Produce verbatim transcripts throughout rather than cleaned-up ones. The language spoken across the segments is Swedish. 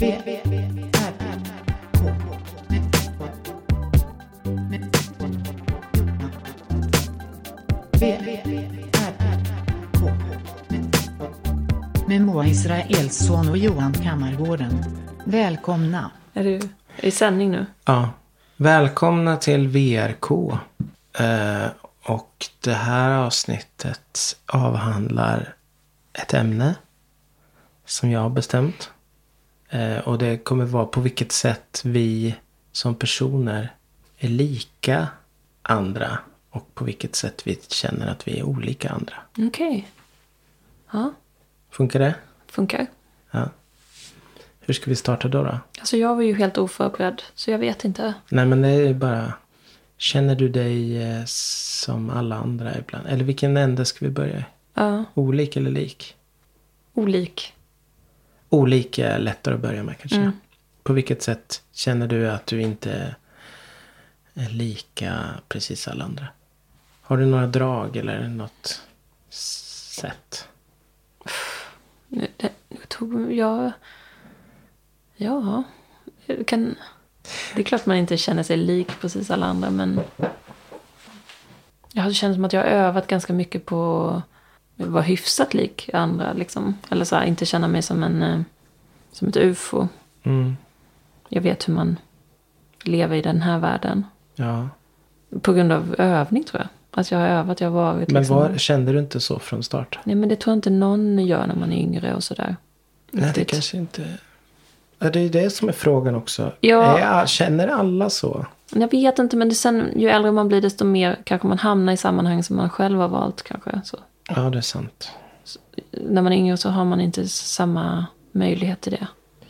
Med Moa Israelsson och Johan Kammargården. Välkomna. Är du i sändning nu? Ja. Välkomna till V R K. Eh, och det här avsnittet avhandlar ett ämne som jag har bestämt. Eh, och det kommer vara på vilket sätt vi som personer är lika andra. Och på vilket sätt vi känner att vi är olika andra. Okej. Okay. Ja. Funkar det? Funkar. Ja. Hur ska vi starta då då? Alltså jag var ju helt oförberedd. Så jag vet inte. Nej, men det är bara... Känner du dig eh, som alla andra ibland? Eller vilken ände ska vi börja i? Ja. Olik eller lik? Olik. Olik är lättare att börja med kanske. Mm. På vilket sätt känner du att du inte är lika precis alla andra? Har du några drag eller något sätt? Nu, det, nu tog jag... Ja, jag kan... Det är klart man inte känner sig lik precis alla andra, men... Jag har känt som att jag har övat ganska mycket på att vara hyfsat lik andra, liksom. Eller så här, inte känna mig som en... Som ett U F O. Mm. Jag vet hur man lever i den här världen. Ja. På grund av övning, tror jag. Att jag har övat, jag har varit... Men liksom... var, kände du inte så från start? Nej, men det tror jag inte någon gör när man är yngre och sådär. Nej, det kanske inte... Ja, det är det som är frågan också. Ja. Är, känner alla så? Jag vet inte, men det sen, ju äldre man blir desto mer kanske man hamnar i sammanhang som man själv har valt kanske. Så. Ja, det är sant. Så, när man är yngre så har man inte samma möjlighet till det.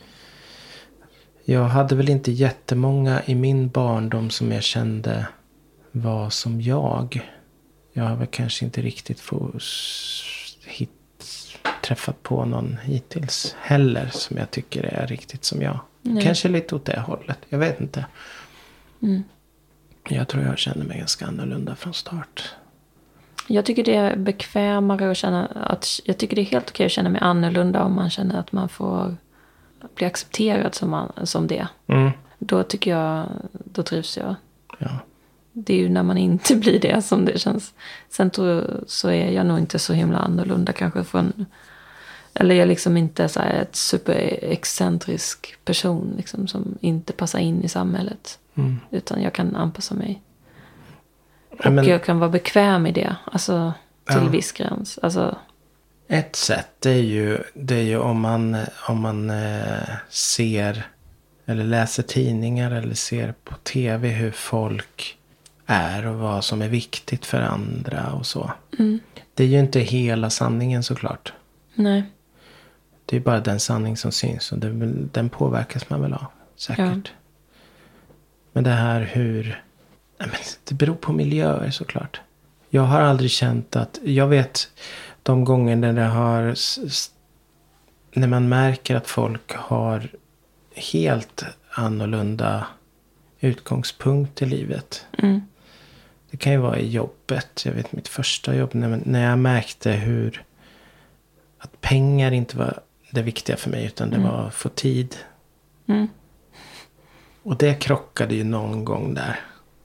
Jag hade väl inte jättemånga i min barndom som jag kände var som jag. Jag har väl kanske inte riktigt fått hit, träffat på någon hittills heller som jag tycker är riktigt som jag. Nej. Kanske lite åt det hållet. Jag vet inte. Mm. Jag tror jag känner mig ganska annorlunda från start. Jag tycker det är bekvämare att känna att... Jag tycker det är helt okej att känna mig annorlunda om man känner att man får bli accepterad som, man, som det. Mm. Då tycker jag... Då trivs jag. Ja. Det är ju när man inte blir det som det känns. Sen tror, så är jag nog inte så himla annorlunda kanske från... Eller jag är liksom inte så här ett superexcentrisk person liksom, som inte passar in i samhället. Mm. Utan jag kan anpassa mig. Och ja, men, jag kan vara bekväm i det. Alltså till ja. viss gräns. Alltså, ett sätt det är ju, det är ju om man, om man eh, ser eller läser tidningar eller ser på tv hur folk är och vad som är viktigt för andra och så. Mm. Det är ju inte hela sanningen såklart. Nej. Det är bara den sanning som syns och det, den påverkas man väl av, säkert. Ja. Men det här hur... Det beror på miljöer såklart. Jag har aldrig känt att... Jag vet de gånger när det har... När man märker att folk har helt annorlunda utgångspunkt i livet. Mm. Det kan ju vara i jobbet. Jag vet mitt första jobb när, när jag märkte hur... Att pengar inte var det viktiga för mig utan det mm. var att få tid. Mm. Och det krockade ju någon gång där.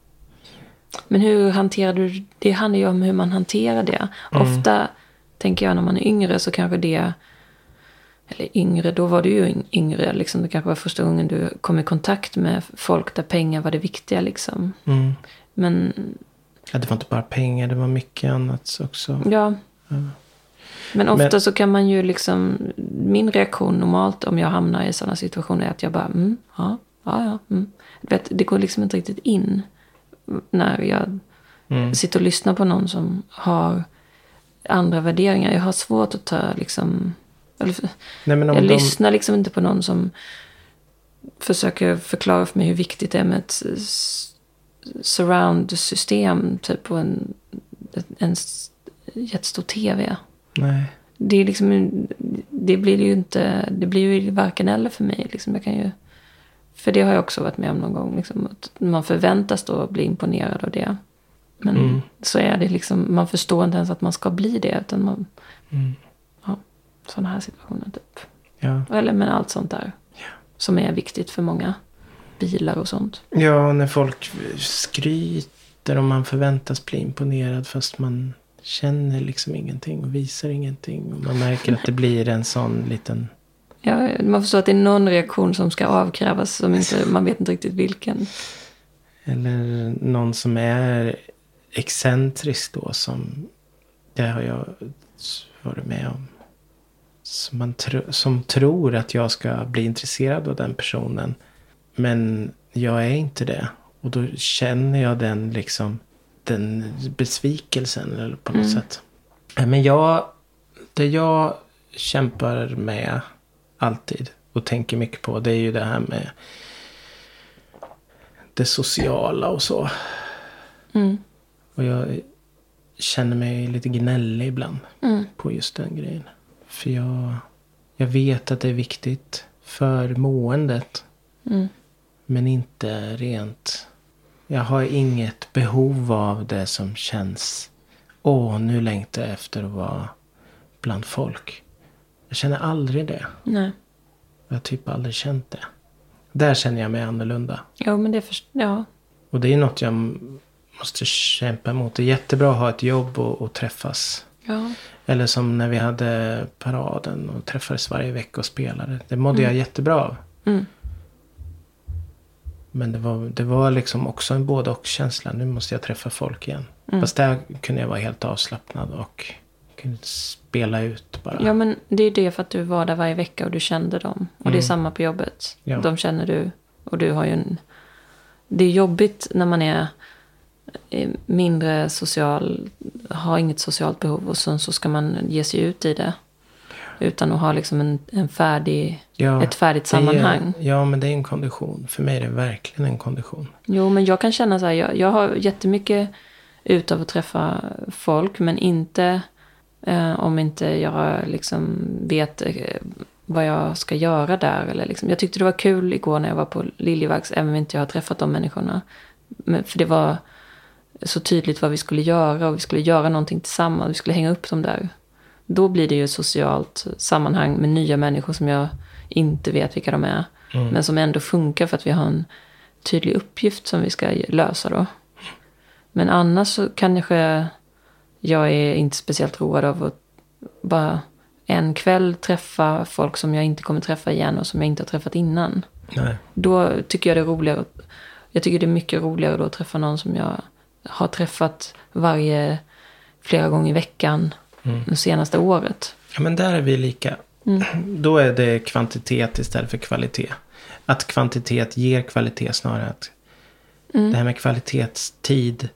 Men hur hanterar du... Det handlar ju om hur man hanterar det. Mm. Ofta tänker jag när man är yngre så kanske det... Eller yngre, då var du ju yngre. Liksom, det kanske var första gången du kom i kontakt med folk där pengar var det viktiga. Liksom. Mm. Men... Ja, det var inte bara pengar, det var mycket annat också. Ja. ja. Men ofta Men... så kan man ju liksom... Min reaktion normalt om jag hamnar i sådana situationer är att jag bara... Mm, ja, ja, ja. Mm. Vet, det går liksom inte riktigt in när jag mm. sitter och lyssnar på någon som har andra värderingar. Jag har svårt att ta liksom... Eller, Nej, men om jag de... lyssnar liksom inte på någon som försöker förklara för mig hur viktigt det är med ett surround-system typ på en, en jättestor tv. Nej. Det är liksom, det blir ju inte, det blir ju varken eller för mig liksom. Jag kan ju, för det har jag också varit med om någon gång liksom, att man förväntas då bli imponerad av det. Men mm. så är det liksom, man förstår inte ens att man ska bli det utan man mm. ja, sådana här situationer typ. Ja. Eller men allt sånt där. Ja. som är viktigt för många. Bilar och sånt. Ja, när folk skryter och man förväntas bli imponerad fast man känner liksom ingenting och visar ingenting. Och man märker att det blir en sån liten... Ja, man förstår att det är någon reaktion som ska avkrävas som inte, man vet inte riktigt vilken. Eller någon som är excentrisk då, som det har jag varit med om. Som, man tro, som tror att jag ska bli intresserad av den personen. Men jag är inte det. Och då känner jag den liksom, den besvikelsen eller på något mm. sätt. Men jag, det jag kämpar med alltid och tänker mycket på, det är ju det här med det sociala och så. Mm. Och jag känner mig lite gnällig ibland mm. på just den grejen. För jag, jag vet att det är viktigt för måendet. Mm. Men inte rent... Jag har inget behov av det som känns... Åh, nu längtar jag efter att vara bland folk. Jag känner aldrig det. Nej. Jag har typ aldrig känt det. Där känner jag mig annorlunda. Ja, men det är för... Ja. Och det är något jag måste kämpa emot. Det är jättebra att ha ett jobb och, och träffas. Ja. Eller som när vi hade paraden och träffades varje vecka och spelade. Det mådde mm. jag jättebra av. Mm. Men det var, det var liksom också en både och känsla. Nu måste jag träffa folk igen. Mm. Fast där kunde jag vara helt avslappnad och kunde spela ut bara. Ja, men det är det för att du var där varje vecka och du kände dem. Och mm. det är samma på jobbet. Ja. De känner du. Och du har ju en... Det är jobbigt när man är mindre social, har inget socialt behov och sen så ska man ge sig ut i det. Utan att ha liksom en, en färdig, ja, ett färdigt sammanhang. Är, ja, men det är en kondition. För mig är det verkligen en kondition. Jo, men jag kan känna så här, jag, jag har jättemycket ut av att träffa folk, men inte eh, om inte jag liksom vet eh, vad jag ska göra där. Eller liksom. Jag tyckte det var kul igår när jag var på Liljevalchs, även om inte jag har träffat de människorna. Men, för det var så tydligt vad vi skulle göra och vi skulle göra någonting tillsammans. Vi skulle hänga upp dem där. Då blir det ju ett socialt sammanhang med nya människor som jag inte vet vilka de är. Mm. Men som ändå funkar för att vi har en tydlig uppgift som vi ska lösa då. Men annars så kanske jag är inte speciellt road av att bara en kväll träffa folk som jag inte kommer träffa igen och som jag inte har träffat innan. Nej. Då tycker jag det är roligare. Jag tycker det är mycket roligare då att träffa någon som jag har träffat varje flera gånger i veckan. Mm. Det senaste året. Ja, men där är vi lika. Mm. Då är det kvantitet istället för kvalitet. Att kvantitet ger kvalitet snarare. Att mm. Det här med kvalitetstid.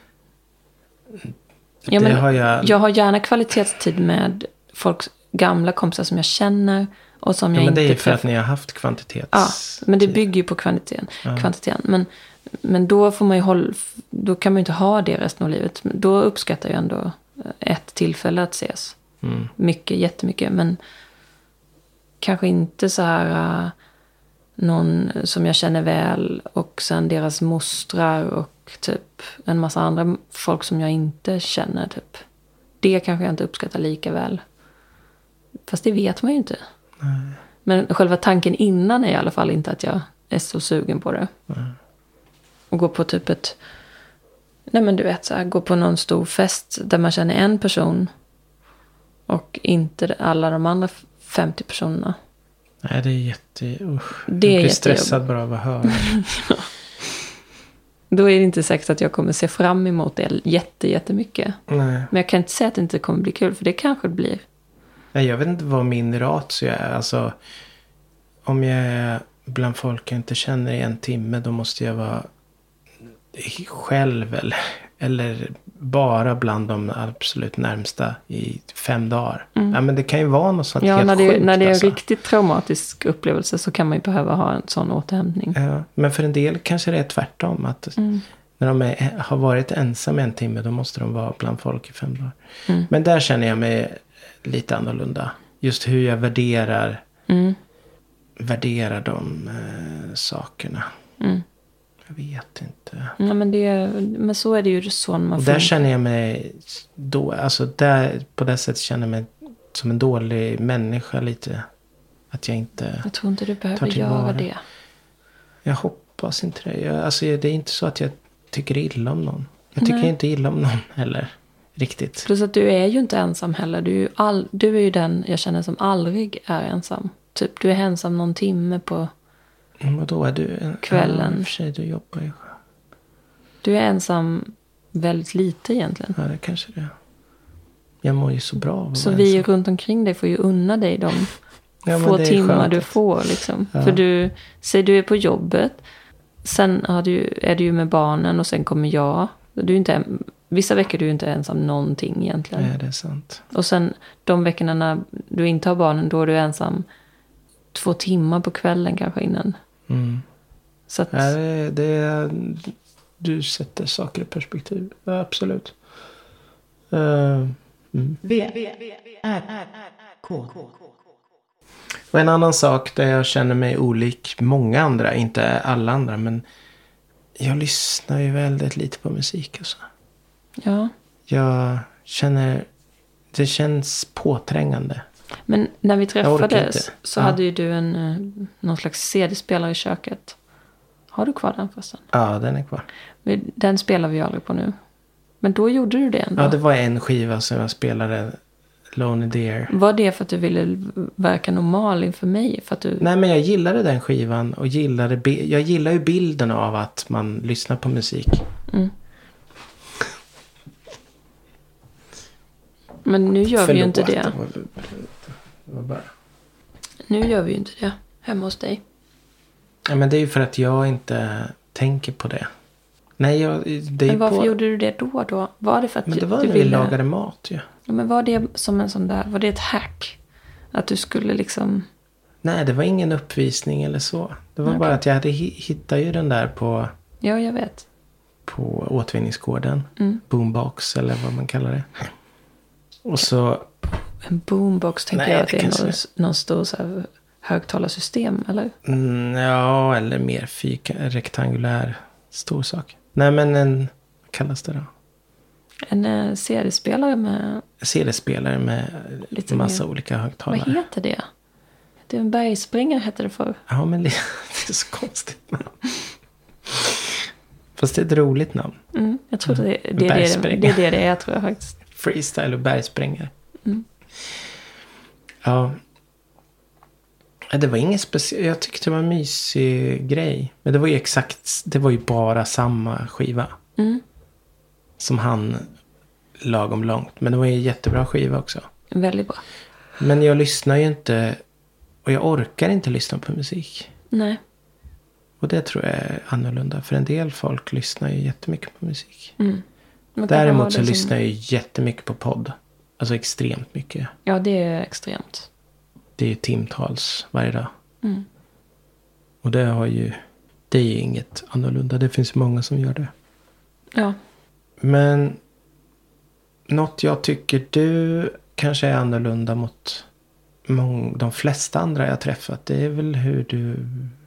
Ja, men har jag... jag har gärna kvalitetstid med folks gamla kompisar som jag känner. Och som ja, jag men inte det är ju för träff... att ni har haft kvantitet. Ja, men det bygger ju på kvantiteten. Ja. kvantiteten. Men, men då får man ju hålla... Då kan man ju inte ha det resten av livet. Då uppskattar jag ändå ett tillfälle att ses. Mm. Mycket, jättemycket. Men kanske inte så här uh, någon som jag känner väl och sen deras mostrar och typ en massa andra folk som jag inte känner typ. Det kanske jag inte uppskattar lika väl. Fast det vet man ju inte. Nej. Men själva tanken innan är i alla fall inte att jag är så sugen på det. Nej. Och gå på typ ett... Nej, men du vet, så här, gå på någon stor fest där man känner en person och inte alla de andra femtio personerna. Nej, det är jätte... Usch. Det jag är blir stressad bara av att höra. Ja. Då är det inte säkert att jag kommer se fram emot det jätte, jättemycket. Nej. Men jag kan inte säga att det inte kommer bli kul, för det kanske det blir. Nej, jag vet inte vad min ratio är. Alltså, om jag är bland folk jag inte känner i en timme, då måste jag vara själv eller, eller bara bland de absolut närmsta i fem dagar. Mm. Ja, men det kan ju vara något sånt ja, helt när det, sjukt. när det är en alltså. riktigt traumatisk upplevelse så kan man ju behöva ha en sån återhämtning. Ja, men för en del kanske det är tvärtom. Att mm. när de är, har varit ensamma en timme, då måste de vara bland folk i fem dagar. Mm. Men där känner jag mig lite annorlunda. Just hur jag värderar mm. värderar de eh, sakerna. Mm. Jag vet inte. Ja, men, det, men så är det ju så när man och får... där känner jag mig då, alltså där, på det sättet känner jag mig som en dålig människa lite. Att jag inte Jag tror inte du tar behöver tillvara. göra det. Jag hoppas inte det. Jag, alltså, det är inte så att jag tycker illa om någon. Jag tycker Nej. inte illa om någon heller. Riktigt. Plus att du är ju inte ensam heller. Du är ju, all, du är ju den jag känner som aldrig är ensam. Typ du är ensam någon timme på Mm, och då är du en, kvällen. Ja, i och för sig, du jobbar ju. Du är ensam väldigt lite egentligen. Ja, det kanske det är. Jag mår ju så bra av att Så vara vi ensam. runt omkring dig får ju unna dig de Ja, men få det är timmar skönt du att- får. Liksom. Ja. För du, säg du är på jobbet. Sen har du, är du ju med barnen och sen kommer jag. Du är inte, vissa veckor är du inte ensam någonting egentligen. Nej, det är sant. Och sen de veckorna när du inte har barnen, då är du ensam två timmar på kvällen kanske innan. Mm. Så att, Ja, det, det är, du sätter saker i perspektiv. Ja, absolut. Uh, mm. V, R, K. Och en annan sak där jag känner mig olik många andra, inte alla andra, men jag lyssnar ju väldigt lite på musik. Alltså. ja. Jag känner, det känns påträngande. Men när vi orkar träffades inte. så Ja. hade ju du en, eh, någon slags C D-spelare i köket. Har du kvar den förresten? Ja, den är kvar. Men den spelar vi ju aldrig på nu. Men då gjorde du det ändå. Ja, det var en skiva som jag spelade, Lonely Deer. Var det för att du ville verka normal inför mig? För att du... Nej, men jag gillade den skivan och gillade, bi- jag gillar ju bilden av att man lyssnar på musik. Mm. Men nu gör vi ju inte det. var, det var bara... Nu gör vi ju inte det hemma hos dig. Ja, men det är ju för att jag inte tänker på det. Nej, jag, det är Men varför på... gjorde du det då då? Var det för att Men det du, var du när ville... vi lagade mat ju. Ja, men var det som en sån där... Var det ett hack? Att du skulle liksom... Nej, det var ingen uppvisning eller så. Det var Okej. bara att jag hade hi- hittat ju den där på, Ja, jag vet. på återvinningsgården. Mm. Boombox eller vad man kallar det. Och så... En boombox tänker Nej, jag att det det är kanske någon, det. någon stor så här högtalarsystem, eller? Mm, ja, eller mer fika, rektangulär stor sak. Nej, men en... Vad kallas det då? En eh, C D-spelare med... C D-spelare med Lite massa mer. olika Vad högtalare. heter det? Det är en bergsprängare hette det för. Ja, men det, det är så konstigt namn. Fast det är ett roligt namn. Mm, jag tror Mm. det, det, är det, Bergsprängare. det är det det är, tror jag faktiskt. Freestyle och bergsprängare. Mm. Ja. Ja, det var ingen speciellt. Jag tyckte det var en mysig grej. Men det var ju exakt. Det var ju bara samma skiva. Mm. Som han lagom långt. Men det var ju en jättebra skiva också. Väldigt bra. Men jag lyssnar ju inte. Och jag orkar inte lyssna på musik. Nej. Och det tror jag är annorlunda. För en del folk lyssnar ju jättemycket på musik. Mm. Man kan ha Däremot det så som- lyssnar jag ju jättemycket på podd. Alltså extremt mycket. Ja, det är extremt. Det är ju timtals varje dag. Mm. Och det har ju... Det är ju inget annorlunda. Det finns många som gör det. Ja. Men... Något jag tycker du kanske är annorlunda mot mång, de flesta andra jag träffat. Det är väl hur du...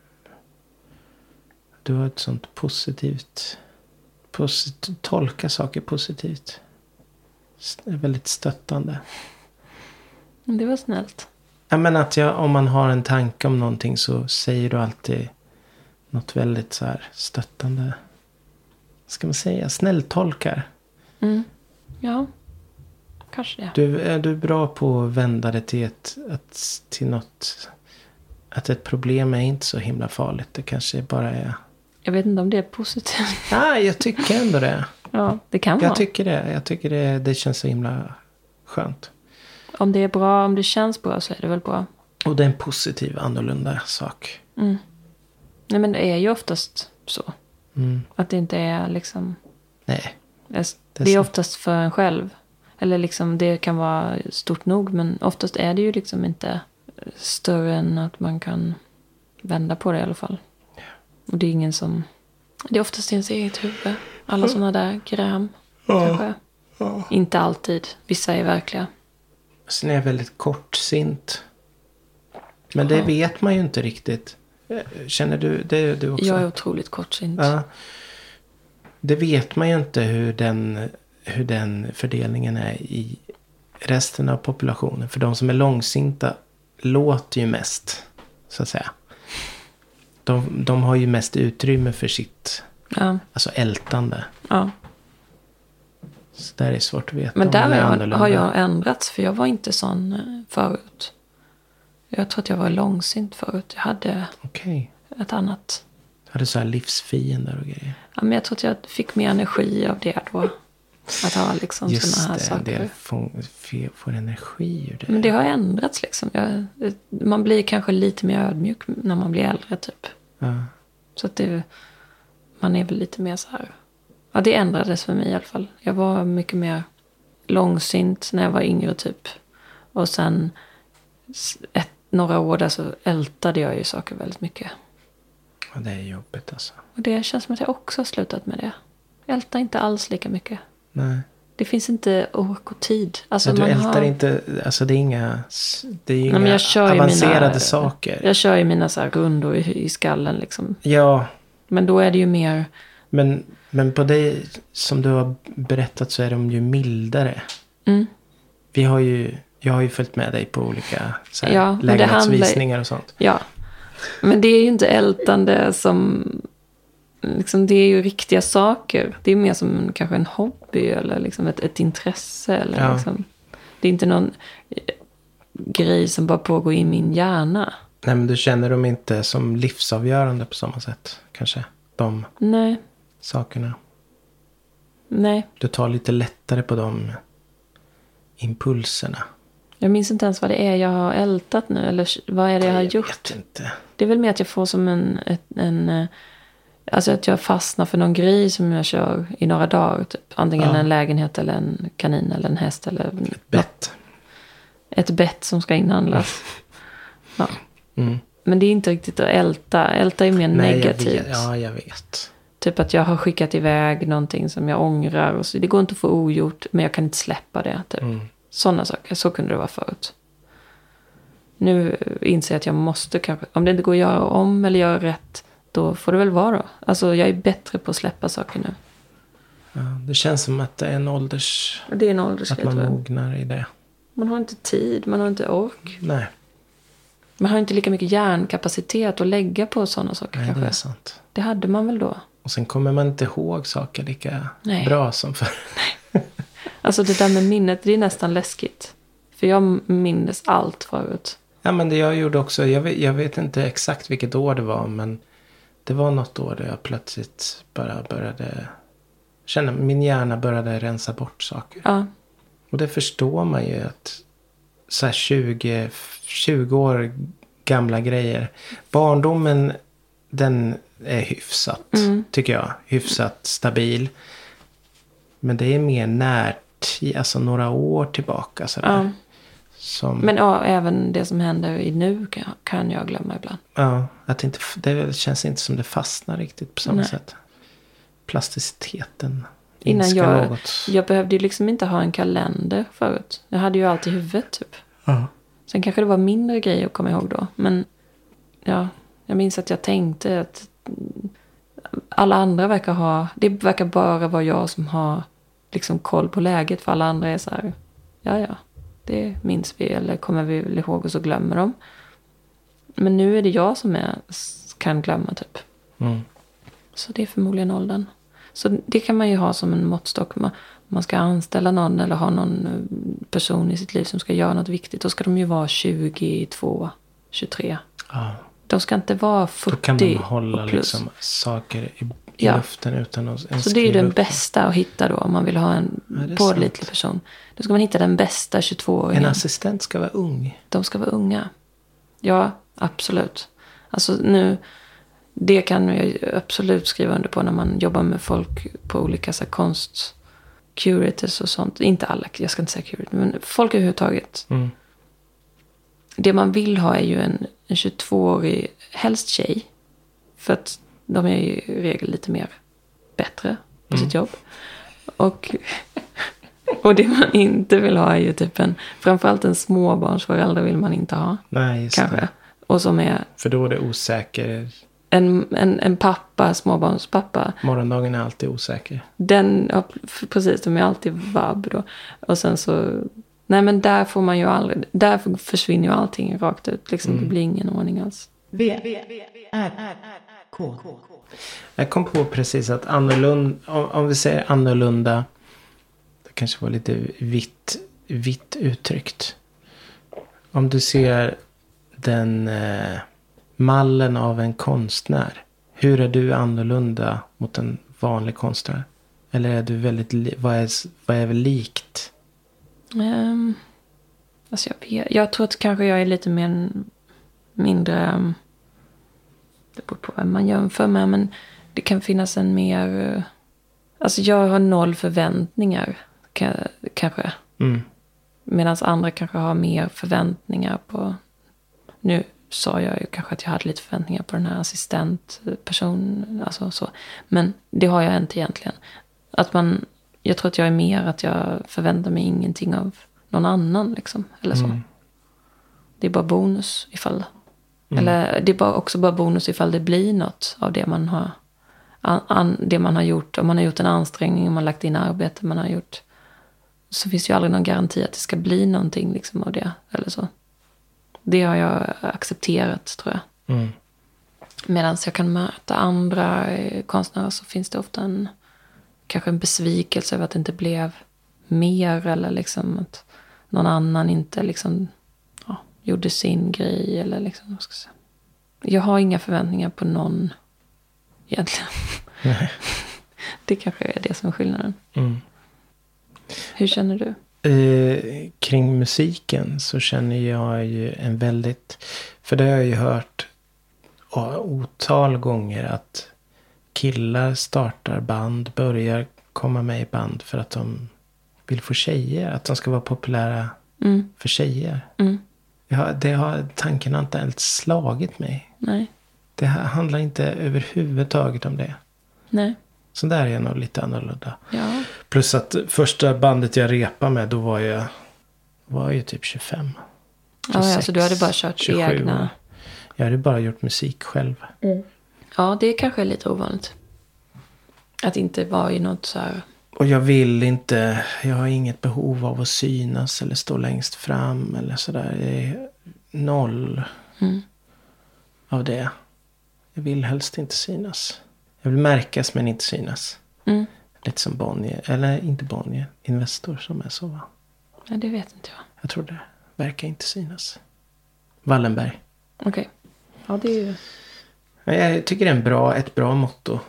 Du har ett sånt positivt... Posit, tolka saker positivt. S- väldigt stöttande. Det var snällt. Ja, men att jag, om man har en tanke om någonting så säger du alltid något väldigt så här stöttande. Ska man säga? Snälltolkar. Mm. Ja. Kanske det. Du, är du bra på att vända det till, ett, att, till något. Att ett problem är inte så himla farligt. Det kanske bara är. Jag vet inte om det är positivt. Nej, jag tycker ändå det. Ja, det kan vara. Jag tycker det. Jag tycker det, det känns så himla skönt. Om det är bra, om det känns bra så är det väl bra. Och det är en positiv, annorlunda sak. Mm. Nej, men det är ju oftast så. Mm. Att det inte är liksom... Nej. Det är, Det är det är så. oftast för en själv. Eller liksom det kan vara stort nog. Men oftast är det ju liksom inte större än att man kan vända på det i alla fall. Och det är ingen som... Det är oftast ens eget huvud. Alla sådana där gräm. Kanske. Ja. Inte alltid. Vissa är verkliga. Sen är jag väldigt kortsint. Men det Ja. vet man ju inte riktigt. Känner du det du också? Jag är otroligt kortsynt. Ja. Det vet man ju inte hur den, hur den fördelningen är i resten av populationen. För de som är långsinta låter ju mest, så att säga. De, de har ju mest utrymme för sitt, ja. alltså ältande. Ja. Så där är svårt att veta. Men där är har, har jag ändrats, för jag var inte sån förut. Jag tror att jag var långsint förut. Jag hade Okej. ett annat. Du hade så här livsfiender och grejer. Ja, men jag tror att jag fick mer energi av det då. Att ha liksom såna här Just det, saker. det får, får energi ur det. Men det har ändrats liksom. Jag, man blir kanske lite mer ödmjuk när man blir äldre typ. Ja. Så att det, man är väl lite mer så här. Ja, det ändrades för mig i alla fall. Jag var mycket mer långsint när jag var yngre typ. Och sen ett, några år där så ältade jag ju saker väldigt mycket. Ja, det är jobbigt alltså. Och det känns som att jag också har slutat med det. Jag ältar inte alls lika mycket. Nej. Det finns inte ork och tid. Alltså, Men du man ältar har... inte, alltså det är inga, det är Nej, inga men jag kör ju avancerade mina, saker. Jag kör ju mina så här rundor i, i skallen liksom. Ja, Men då är det ju mer... men, men på dig som du har berättat så är de ju mildare. Mm. Vi har ju, jag har ju följt med dig på olika så här, Ja, men det lägenhetsvisningar handlar- och sånt. Ja. Men det är ju inte ältande som... Liksom, det är ju riktiga saker. Det är mer som en, kanske en hobby eller liksom ett, ett intresse. Eller Ja. liksom, det är inte någon eh, grej som bara pågår i min hjärna. Nej, men du känner dem inte som livsavgörande på samma sätt. Kanske, de Nej, sakerna. nej. Du tar lite lättare på de impulserna. Jag minns inte ens vad det är jag har ältat nu. Eller vad är det jag har jag gjort. vet inte. Det är väl mer att jag får som en... ett, en eh, alltså att jag fastnar för någon grej som jag kör i några dagar. Typ. Antingen Ja. en lägenhet eller en kanin eller en häst. Eller Ett bett. ett bett som ska inhandlas. Ja. Mm. Men det är inte riktigt att älta. Älta är mer Nej, jag negativt. vet. Ja, jag vet. Typ att jag har skickat iväg någonting som jag ångrar. Och så. Det går inte att få ogjort, men jag kan inte släppa det. Typ. Mm. Sådana saker. Så kunde det vara förut. Nu inser jag att jag måste kanske... Om det inte går att göra om eller göra rätt, då får det väl vara då. Alltså jag är bättre på att släppa saker nu. Ja, det känns som att det är en ålders... Och det är en Att åldersgrej. man tror jag. mognar i det. Man har inte tid, man har inte ork. Nej, Man har inte lika mycket hjärnkapacitet att lägga på sådana saker nej kanske. det är sant. Det hade man väl då. Och sen kommer man inte ihåg saker lika Nej. bra som förr. Alltså det där med minnet, det är nästan läskigt. För jag minns allt förut. Ja, men det jag gjorde också, jag vet, jag vet inte exakt vilket år det var, men det var något år där jag plötsligt bara började känna, min hjärna började rensa bort saker. Ja, Och det förstår man ju att så här tjugo, tjugo år gamla grejer. Barndomen, den är hyfsat, Mm. tycker jag. Hyfsat stabil. Men det är mer närtid, alltså några år tillbaka. Så ja. Som, Men ja, även det som händer i nu kan, kan jag glömma ibland. ja, att det, inte, det känns inte som det fastnar riktigt på samma Nej. sätt. Plasticiteten. Innan minskar jag, något. jag behövde ju liksom inte ha en kalender förut. Jag hade ju allt i huvudet typ. Ja. Sen kanske det var mindre grejer att komma ihåg då. Men ja, jag minns att jag tänkte att alla andra verkar ha... Det verkar bara vara jag som har liksom koll på läget. För alla andra är så här, ja ja, det minns vi eller kommer vi väl ihåg och så glömmer de. Men nu är det jag som är, kan glömma typ. Mm. Så det är förmodligen åldern. Så det kan man ju ha som en måttstock. Man, man ska anställa någon eller ha någon person i sitt liv som ska göra något viktigt. Då ska de ju vara tjugotvå, tjugotre. Ja. De ska inte vara Då fyrtio kan man hålla och plus. liksom saker i, i Ja. luften utan att ens Så det är ju skriva den upp det. bästa att hitta då. Om man vill ha en Ja, det är pålitlig sant. person. Då ska man hitta den bästa En tjugotvååringen. assistent ska vara ung. De ska vara unga. Ja, absolut. Alltså nu, det kan jag ju absolut skriva under på när man jobbar med folk på olika så här, konst, curators och sånt. Inte alla, jag ska inte säga curators, men folk överhuvudtaget. Mm. Det man vill ha är ju en, en tjugotvåårig, helst tjej. För att de är ju i regel lite mer bättre på Mm. sitt jobb. Och, och det man inte vill ha är ju typ en, framförallt en småbarnsförälder vill man inte ha. Nej, just Kanske. det. Och som är För då är det osäker. en, en, en pappa, småbarnspappa. Morgondagen är alltid osäker. Den, ja, f- precis, de är alltid vabb då. Och sen så Nej, men där får man ju aldrig, där försvinner ju allting rakt ut. Liksom, Mm. Det blir ingen ordning alls. V, R, K. Jag kom på precis att annorlunda, om, om vi säger annorlunda, det kanske var lite vitt, vitt uttryckt. Om du ser den eh, mallen av en konstnär, hur är du annorlunda mot en vanlig konstnär? Eller är du väldigt, li- vad är, vad är väl likt? Um, alltså jag, vet, jag tror att kanske jag är lite mer, mindre, um, det beror på vad man jämför med, men det kan finnas en mer, uh, alltså jag har noll förväntningar kan, kanske. Mm. Medan andra kanske har mer förväntningar på, nu sa jag ju kanske att jag hade lite förväntningar på den här assistentpersonen, alltså så. Men det har jag inte egentligen. Att man, jag tror att jag är mer att jag förväntar mig ingenting av någon annan liksom, eller så. Mm. Det är bara bonus ifall, Mm. eller det är bara, också bara bonus ifall det blir något av det man har, an, an, det man har gjort. Om man har gjort en ansträngning, om man har lagt in arbete, man har gjort, så finns ju aldrig någon garanti att det ska bli någonting liksom av det, eller så. Det har jag accepterat, tror jag. Mm. Medan jag kan möta andra konstnärer så finns det ofta en, kanske en besvikelse över att det inte blev mer, eller liksom att någon annan inte liksom, ja, gjorde sin grej, eller liksom, vad ska jag säga. Jag har inga förväntningar på någon egentligen. Nej. Det kanske är det som är skillnaden. Mm. Hur känner du? Eh, kring musiken så känner jag ju en väldigt, för det har jag ju hört otal gånger att killar startar band, börjar komma med i band för att de vill få tjejer, att de ska vara populära Mm. för tjejer. Mm. Ja, det har, tanken har inte ens slagit mig. Nej. Det här handlar inte överhuvudtaget om det. Nej. Så där är jag nog lite annorlunda. Ja. Plus att första bandet jag repade med, då var jag, var jag ju typ tjugofem. Ja, alltså du hade bara kört tjugosju egna. år. Jag hade bara gjort musik själv. Ja, det kanske är lite ovanligt. Att inte vara i något så här. Och jag vill inte, jag har inget behov av att synas eller stå längst fram eller sådär. Det är noll Mm. av det. Jag vill helst inte synas. Jag vill märkas men inte synas. Mm. Lite som Bonnier, eller inte Bonnier, Investor som är så, va? Ja, det vet inte jag. Jag tror det. Verkar inte synas. Wallenberg. Okej. Okay. Ja, det är ju. Jag tycker det är en bra, ett bra motto.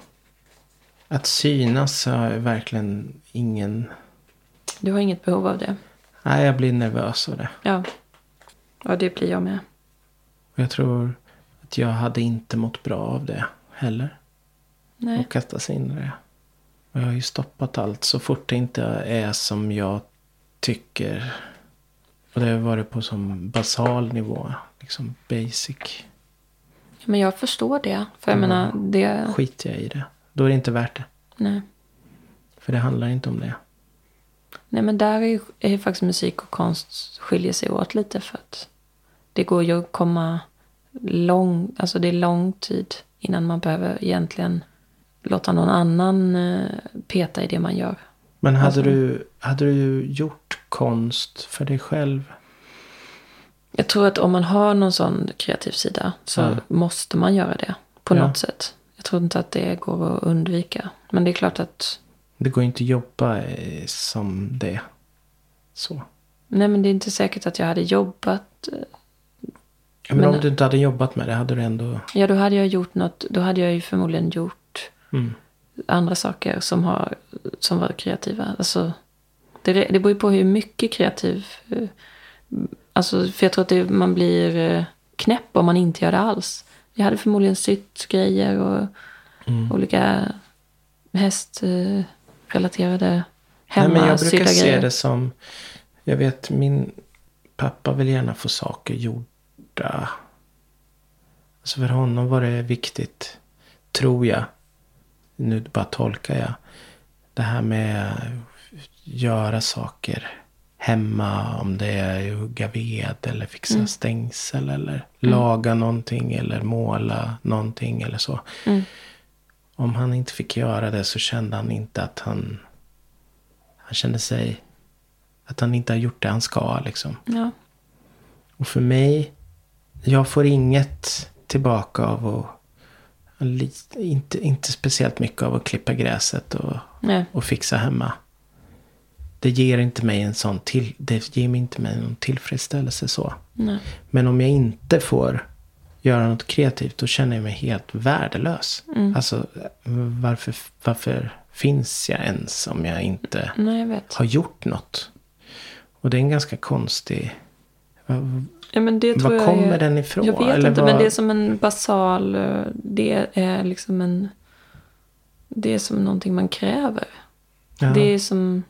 Att synas har verkligen ingen... Du har inget behov av det. Nej, jag blir nervös av det. Ja. Ja, det blir jag med. Och jag tror att jag hade inte mått bra av det heller. Nej. Och kasta sig in i det. Och jag har ju stoppat allt så fort det inte är som jag tycker. Och det har varit på som basal nivå. Liksom basic. Men jag förstår det. För jag Mm. menar, det... Skiter jag i det. Då är det inte värt det. Nej. För det handlar inte om det. Nej, men där är ju är ju faktiskt musik och konst skiljer sig åt lite. För att det går ju att komma lång... Alltså det är lång tid innan man behöver egentligen låta någon annan eh, peta i det man gör. Men hade, Alltså- du, hade du gjort konst för dig själv? Jag tror att om man har någon sån kreativ sida så Ja. måste man göra det på Ja. något sätt. Jag tror inte att det går att undvika. Men det är klart att... Det går inte att jobba eh, som det. Så. Nej, men det är inte säkert att jag hade jobbat. eh, Men, Men- om du inte hade jobbat med det hade du ändå... Ja, då hade jag gjort något. Då hade jag ju förmodligen gjort Mm. andra saker som, har, som var kreativa. Alltså, det, det beror ju på hur mycket kreativ... eh, Alltså, för jag tror att det, man blir eh, knäpp om man inte gör det alls. Jag hade förmodligen sytt grejer och Mm. olika hästrelaterade Nej, hemma men jag brukar sydda se grejer. det som... Jag vet, min pappa vill gärna få saker gjorda. Alltså för honom var det viktigt, tror jag. Nu bara tolkar jag. Det här med att göra saker hemma. Om det är att hugga ved eller fixa Mm. stängsel. Eller laga någonting eller måla någonting eller så. Mm. Om han inte fick göra det så kände han inte att han... Han kände sig... Att han inte har gjort det han ska liksom. Ja. Och för mig, jag får inget tillbaka av att, inte, inte speciellt mycket av att klippa gräset och, och fixa hemma. Det ger inte mig en sån till, det ger mig inte mig någon tillfredsställelse så. Nej. Men om jag inte får göra något kreativt, då känner jag mig helt värdelös. Mm. Alltså, varför, varför finns jag ens om jag inte Nej, jag vet. har gjort något? Och det är en ganska konstig... Ja, men det tror var jag kommer är, den ifrån? Jag vet Eller inte, vad... men det är som en basal... Det är liksom en... Det är som någonting man kräver. Ja. Det är som...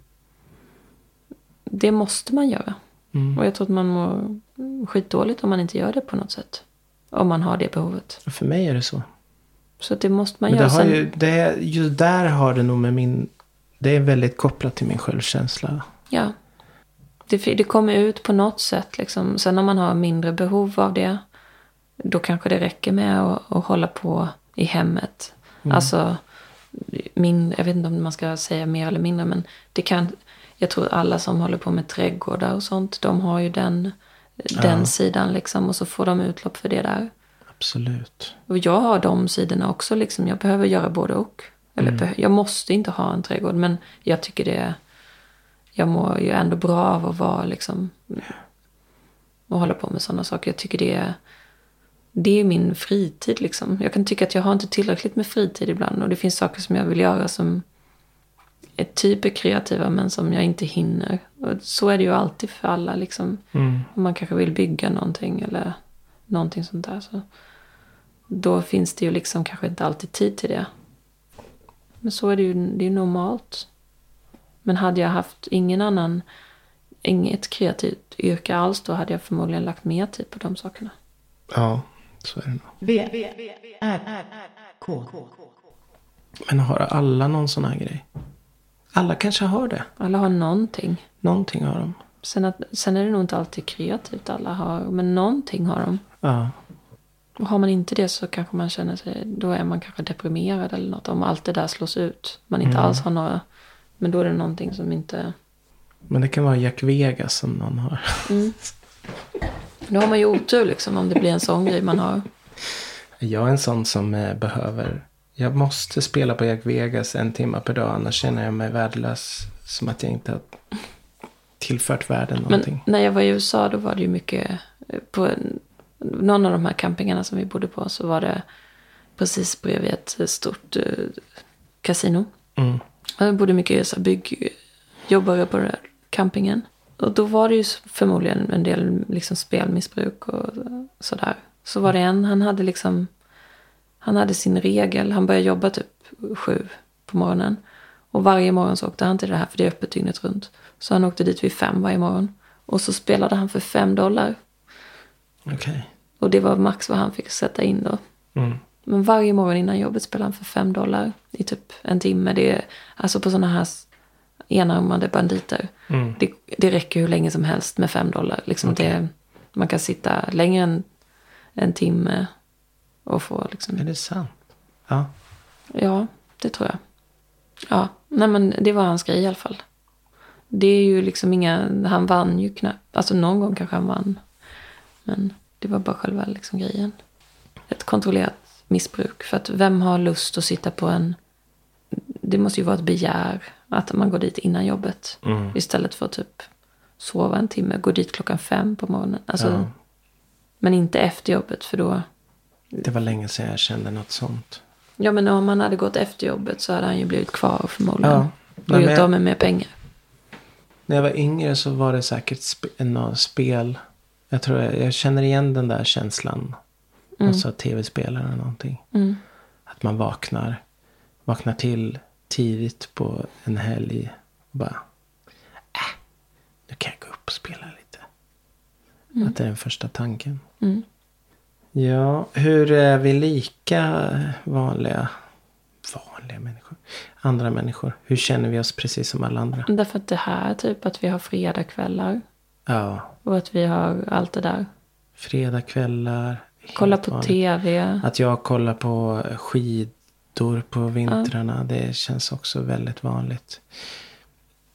Det måste man göra. Mm. Och jag tror att man mår skitdåligt om man inte gör det på något sätt. Om man har det behovet. För mig är det så. Så att det måste man Men göra. Det har sen... ju, det, just där har det nog med min... Det är väldigt kopplat till min självkänsla. Ja. Det, det kommer ut på något sätt. Liksom. Sen om man har mindre behov av det. Då kanske det räcker med att, att hålla på i hemmet. Mm. Alltså... Min, jag vet inte om man ska säga mer eller mindre. Men det kan... Jag tror alla som håller på med trädgårdar och sånt. De har ju den... Den ja. sidan liksom. Och så får de utlopp för det där. Absolut. Och jag har de sidorna också liksom. Jag behöver göra både och. Eller mm. jag måste inte ha en trädgård. Men jag tycker det... Jag mår ju ändå bra av att vara liksom... Och hålla på med sådana saker. Jag tycker det är... Det är min fritid liksom. Jag kan tycka att jag har inte tillräckligt med fritid ibland. Och det finns saker som jag vill göra som... är typ kreativa men som jag inte hinner. Och så är det ju alltid för alla liksom. Mm. Om man kanske vill bygga någonting eller någonting sånt där. Så då finns det ju liksom kanske inte alltid tid till det. Men så är det ju, det är normalt. Men hade jag haft ingen annan, inget kreativt yrke alls, då hade jag förmodligen lagt mer tid på de sakerna. Ja, så är det nog. V, R, R, K. Men har alla någon sån här grej? Alla kanske har det. Alla har någonting. Någonting har de. Sen, att, sen är det nog inte alltid kreativt alla har. Men någonting har de. Ja. Och har man inte det så kanske man känner sig... Då är man kanske deprimerad eller något. Om allt det där slås ut. Man inte mm. alls har några... Men då är det någonting som inte... Men det kan vara Jack Vegas som någon har. Mm. Då har man ju otur liksom. Om det blir en sån grej man har. Jag är en sån som eh, behöver... Jag måste spela på Jack Vegas en timme per dag. Annars känner jag mig värdelös. Som att jag inte har tillfört världen någonting. Men när jag var i U S A då var det ju mycket... På en, någon av de här campingarna som vi bodde på så var det precis bredvid ett stort uh, kasino. Mm. Jag bodde mycket så byggjobbare på den här campingen. Och då var det ju förmodligen en del liksom spelmissbruk och sådär. Så var det en, han hade liksom... Han hade sin regel. Han började jobba typ sju på morgonen. Och varje morgon så åkte han till det här. För det är öppet dygnet runt. Så han åkte dit vid fem varje morgon. Och så spelade han för fem dollar. Okej. Okay. Och det var max vad han fick sätta in då. Mm. Men varje morgon innan jobbet spelade han för fem dollar. I typ en timme. Det är, alltså på sådana här enarmade banditer. Mm. Det, det räcker hur länge som helst med fem dollar. Liksom okay. det, man kan sitta längre än en timme. Och få liksom... Är det sant? Ja. Ja, det tror jag. Ja, nej men det var hans grej i alla fall. Det är ju liksom inga... Han vann ju knappt. Alltså någon gång kanske han vann. Men det var bara själva liksom grejen. Ett kontrollerat missbruk. För att vem har lust att sitta på en... Det måste ju vara ett begär. Att man går dit innan jobbet. Mm. Istället för att typ sova en timme. Gå dit klockan fem på morgonen. Alltså, ja. Men inte efter jobbet för då... Det var länge sedan jag kände något sånt. Ja, men om han hade gått efter jobbet så hade han ju blivit kvar förmodligen. Ja. Och gjort av med mer pengar. När jag var yngre så var det säkert sp- något spel. Jag tror jag, jag känner igen den där känslan. Mm. Alltså tv-spel eller någonting. Mm. Att man vaknar. Vaknar till tidigt på en helg. Och bara. Äh, nu kan jag gå upp och spela lite. Mm. Att det är den första tanken. Mm. Ja, hur är vi lika vanliga vanliga människor? Andra människor. Hur känner vi oss precis som alla andra? Därför att det här typ att vi har fredagkvällar. Ja. Och att vi har allt det där. Fredagkvällar. Kolla på vanligt. tv. Att jag kollar på skidor på vintrarna. Ja. Det känns också väldigt vanligt.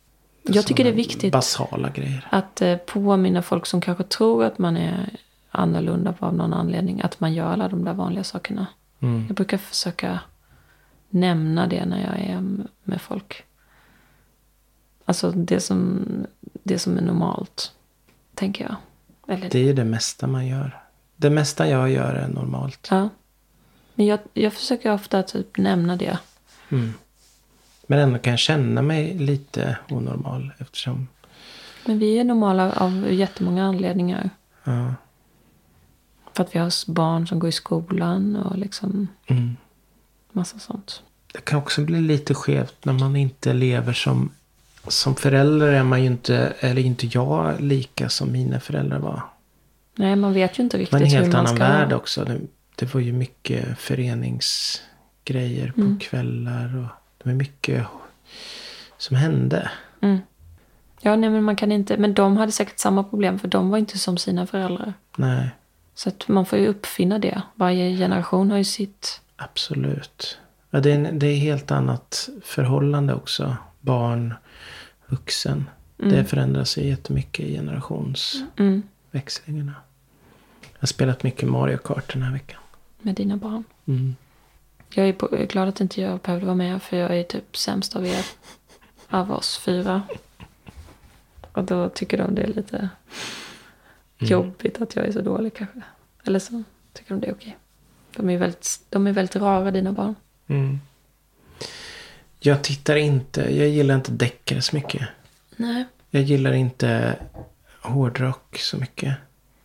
Jag tycker det är viktigt. Basala grejer. Att eh, påminna folk som kanske tror att man är annorlunda av någon anledning. Att man gör alla de där vanliga sakerna. Mm. Jag brukar försöka nämna det när jag är med folk. Alltså det som, det som är normalt, tänker jag. Eller... Det är ju det mesta man gör. Det mesta jag gör är normalt. Ja. Men jag, jag försöker ofta typ nämna det. Mm. Men ändå kan jag känna mig lite onormal eftersom... Men vi är normala av jättemånga anledningar. Ja. För att vi har barn som går i skolan och liksom Mm. massa sånt. Det kan också bli lite skevt när man inte lever som... Som förälder är man ju inte, eller inte jag, lika som mina föräldrar var. Nej, man vet ju inte riktigt men en hur helt man annan ska... värld också. Det, det var ju mycket föreningsgrejer på Mm. kvällar. Och det var mycket som hände. Mm. Ja, nej, men man kan inte... Men de hade säkert samma problem, för de var inte som sina föräldrar. Nej, Så att man får ju uppfinna det. Varje generation har ju sitt... absolut. Ja, det, är en, det är helt annat förhållande också. Barn, vuxen. Mm. Det förändrar sig jättemycket i generationsväxlingarna. Mm. Jag har spelat mycket Mario Kart den här veckan. Med dina barn. Mm. Jag är, på, jag är glad att inte jag behövde vara med, för jag är typ sämst av er. Av oss fyra. Och då tycker de det är lite Mm. jobbigt att jag är så dålig kanske. Eller så tycker de det är okej. De är väldigt, de är väldigt rara, dina barn. Mm. Jag tittar inte, jag gillar inte deckare så mycket. Nej. Jag gillar inte hårdrock så mycket.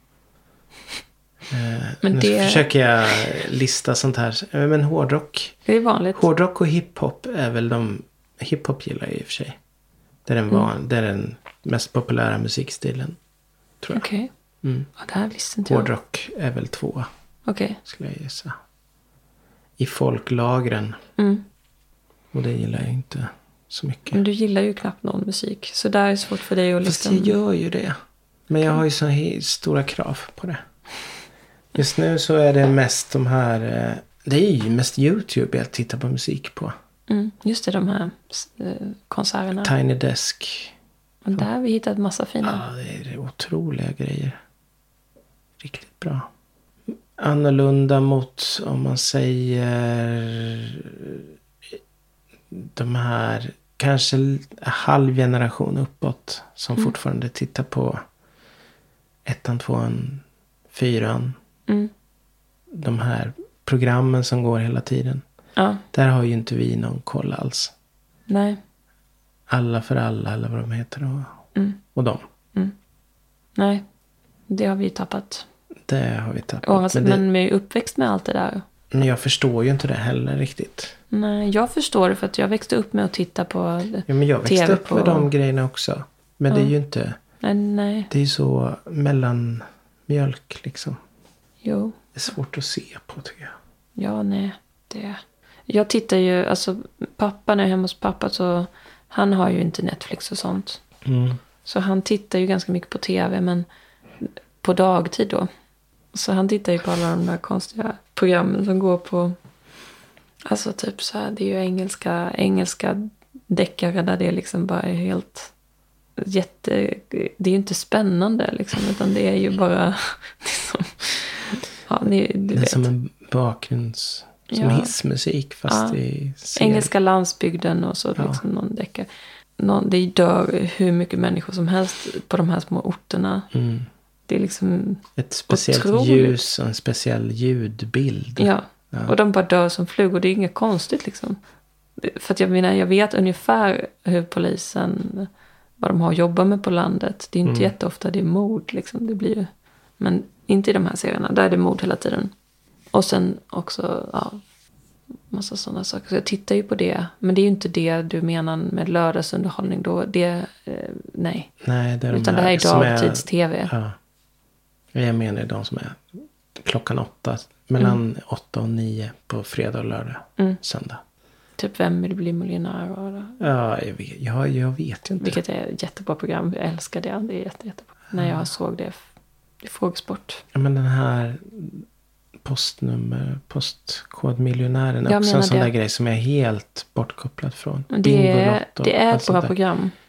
Eh, Men nu det- försöker jag lista sånt här. Eh, Men hårdrock. Det är vanligt. Hårdrock och hiphop är väl de... Hiphop gillar jag i och för sig. Det är den, van, Mm. det är den mest populära musikstilen. Tror jag. Okej. Mm. Ja, det här visste inte jag. Hårdrock är väl två, Okej. skulle jag gissa. I folklagren. Mm. Och det gillar jag inte så mycket. Men du gillar ju knappt någon musik. Så där är det svårt för dig att Fast liksom... jag gör ju det. Men jag har ju så he- stora krav på det. Just nu så är det mest de här... eh, Det är ju mest YouTube jag tittar på musik på. Mm. Just det, de här eh, konserterna. Tiny Desk. Och där har vi hittat massa fina. Ja, det är otroliga grejer. Riktigt bra. Annorlunda mot, om man säger... De här... Kanske en halv generation uppåt. Som Mm. fortfarande tittar på ettan, tvåan, fyran. Mm. De här programmen som går hela tiden. Ja, Där har ju inte vi någon koll alls. nej. Alla för alla, eller vad de heter. Och, Mm. och dem. Nej, det har vi ju tappat. Det har vi tappat. Och alltså, men, det, men vi är uppväxt med allt det där. men jag förstår ju inte det heller riktigt. Nej, jag förstår det, för att jag växte upp med att titta på... Ja, men jag växte T V upp på- med de grejerna också. Men det är Ja. ju inte... Nej, nej. Det är ju så mellanmjölk liksom. Jo. Det är svårt att se på, tycker jag. Ja, nej. Det... Jag tittar ju... Alltså, pappa, när jag är hemma hos pappa, så... Han har ju inte Netflix och sånt. Mm. Så han tittar ju ganska mycket på tv, men på dagtid då. Så han tittar ju på alla de där konstiga programmen som går på... Alltså typ så här, det är ju engelska, engelska deckare där det liksom bara är helt... Jätte... Det är ju inte spännande liksom, utan det är ju bara... Liksom, ja, ni, du Det är vet. som en bakgrunds... Som Ja. hissmusik fast Ja. i serie. Engelska landsbygden och så Ja. liksom någon deckare. Någon, det dör hur mycket människor som helst på de här små orterna. Mm. Det är liksom... Ett speciellt Otroligt. ljus och en speciell ljudbild. Ja. Ja. Och de bara dör som flugor. Det är inget konstigt liksom. För att jag menar, jag vet ungefär hur polisen... Vad de har att jobba med på landet. Det är inte Mm. jätteofta det är mord liksom. Det blir ju... Men inte i de här serierna. Där är det mord hela tiden. Och sen också... Ja, massa sådana saker. Så jag tittar ju på det. Men det är ju inte det du menar med lördagsunderhållning då. Det... Eh, nej. Nej, det är de Utan det här är som dagtids-tv. Ja. Jag menar de som är klockan åtta. Mellan åtta och nio på fredag och lördag. Mm. Söndag. Typ Vem vill bli miljonär? Och, Ja, jag vet, ja, jag vet ju inte. vilket är ett jättebra program. Jag älskar det. Det är jätte, jättebra. När jag såg det i frågesport. Ja, men den här postnummer, postkodmiljonären är Jag också menar en sån det. där grej som är helt bortkopplad från. Men det är, Bingolotto, det är allt ett bra sånt där. program.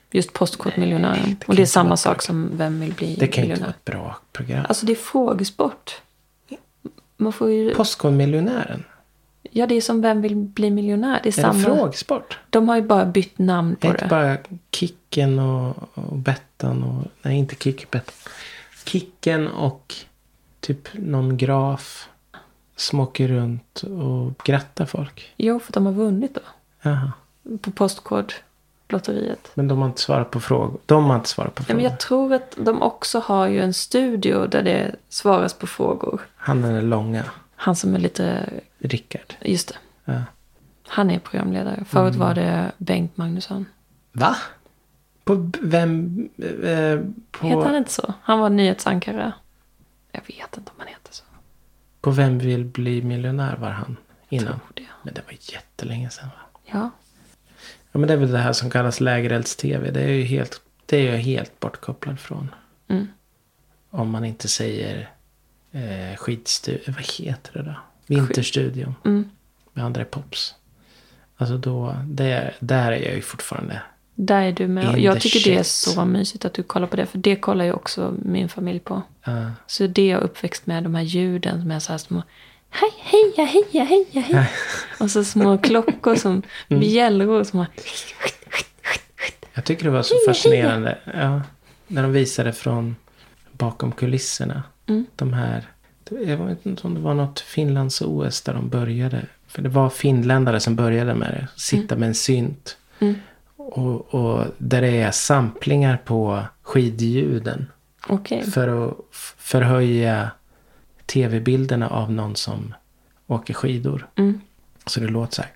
Just Postkodmiljonären. Och det är samma sak som Vem vill bli miljonär. Det kan ju inte vara ett bra program. Alltså det är frågesport. Man får ju... Postkodmiljonären? Ja, det är som Vem vill bli miljonär. Det är, är samma... det frågesport? De har ju bara bytt namn på är det. Inte bara Kicken och, och Bettan och... Nej, inte Kick, Bettan. Kicken och typ någon graf som åker runt och grattar folk. Jo, för de har vunnit då. Jaha. På Postkodlotteriet. Men de har inte svarat på frågor. De har inte svarat på Ja, frågor. men jag tror att de också har ju en studio där det svaras på frågor. Han är den långa. Han som är lite... Rickard. Just det. Ja. Han är programledare. Förut Mm. var det Bengt Magnusson. Va? På b- vem? Eh, på, Heter han inte så? Han var nyhetsankare. Jag vet inte om han heter så. på Vem vill bli miljonär var han innan. Tror det. Men det var jättelänge sedan, va? Ja. Ja, men det är väl det här som kallas lägerelds-tv. Det är ju helt, det är jag helt bortkopplad från. Mm. Om man inte säger eh, skitstudion. Vad heter det då? Vinterstudion. Mm. Med André Pops. Alltså då, det, där är jag ju fortfarande. Där är du med. In Jag the tycker det är shit. så mysigt att du kollar på det. För det kollar ju också min familj på. Uh, Så det är jag uppväxt med. De här ljuden som är så här små. Hej, heja, heja, heja, heja. Och så små klockor som Mm. bjällror som har... jag tycker det var så fascinerande. Ja, när de visade från bakom kulisserna. Mm. De här. Jag vet inte om det var något Finlands O S där de började. För det var finländare som började med det. Sitta med en synt. Mm. Och, och där det är samplingar på skidljuden. Okej. För att f- förhöja tv-bilderna av någon som åker skidor. Mm. Så det låter så här.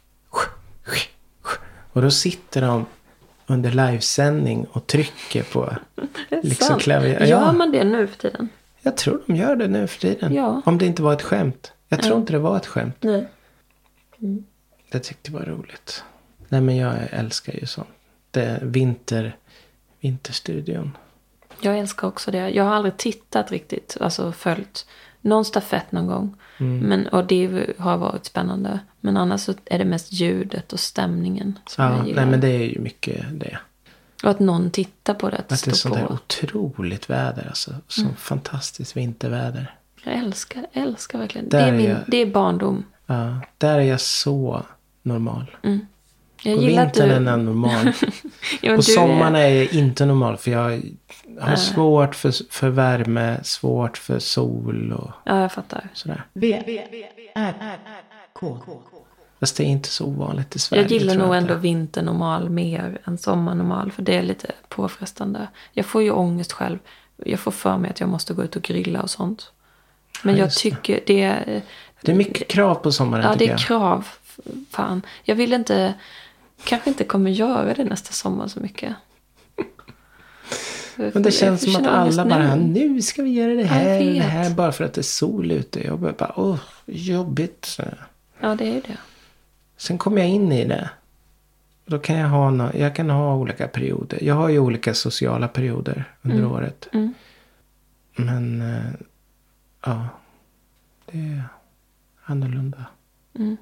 Och då sitter de under livesändning och trycker på liksom Sant. klavier. Gör Ja, man det nu för tiden? jag tror de gör det nu för tiden. Ja. Om det inte var ett skämt. Jag tror Ja. inte det var ett skämt. Nej. Det tyckte jag var roligt. Nej, men jag älskar ju sånt. Det är vinter, vinterstudion. Jag älskar också det. Jag har aldrig tittat riktigt. Alltså följt någon stafett någon gång. Mm. Men, och det har varit spännande. Men annars så är det mest ljudet och stämningen som Ja, jag gillar. nej, men det är ju mycket det. Och att någon tittar på det. Att, Att det är stå sånt här på. otroligt väder. Alltså. Så Mm. fantastiskt vinterväder. Jag älskar, älskar verkligen. Där Det är, är min, jag- det är barndom. Ja, där är jag så normal. Mm. Jag På gillar att vintern du... är jag normal. Ja, men På du sommaren är... är jag inte normal. För jag har Äh. svårt för, för värme. Svårt för sol och Ja, jag fattar. sådär. V, R, K. Fast det är inte så ovanligt i Sverige. Jag gillar tror nog inte. ändå vinternormal mer än sommarnormal. För det är lite påfrestande. Jag får ju ångest själv. Jag får för mig att jag måste gå ut och grilla och sånt. Men Ja, jag just det. tycker det är... Det är mycket krav på sommaren, Ja, det tycker är jag. krav. Fan. Jag vill inte... Kanske inte kommer göra det nästa sommar så mycket. Men det känns som att alla bara, Nu. nu ska vi göra det Jag här, vet. det här, bara för att det är sol ute. Jag bara, bara åh, jobbigt. Så. Ja, det är ju det. Sen kommer jag in i det. Då kan jag ha, no- jag kan ha olika perioder. Jag har ju olika sociala perioder under Mm. året. Mm. Men, eh, ja, det är annorlunda. Mm.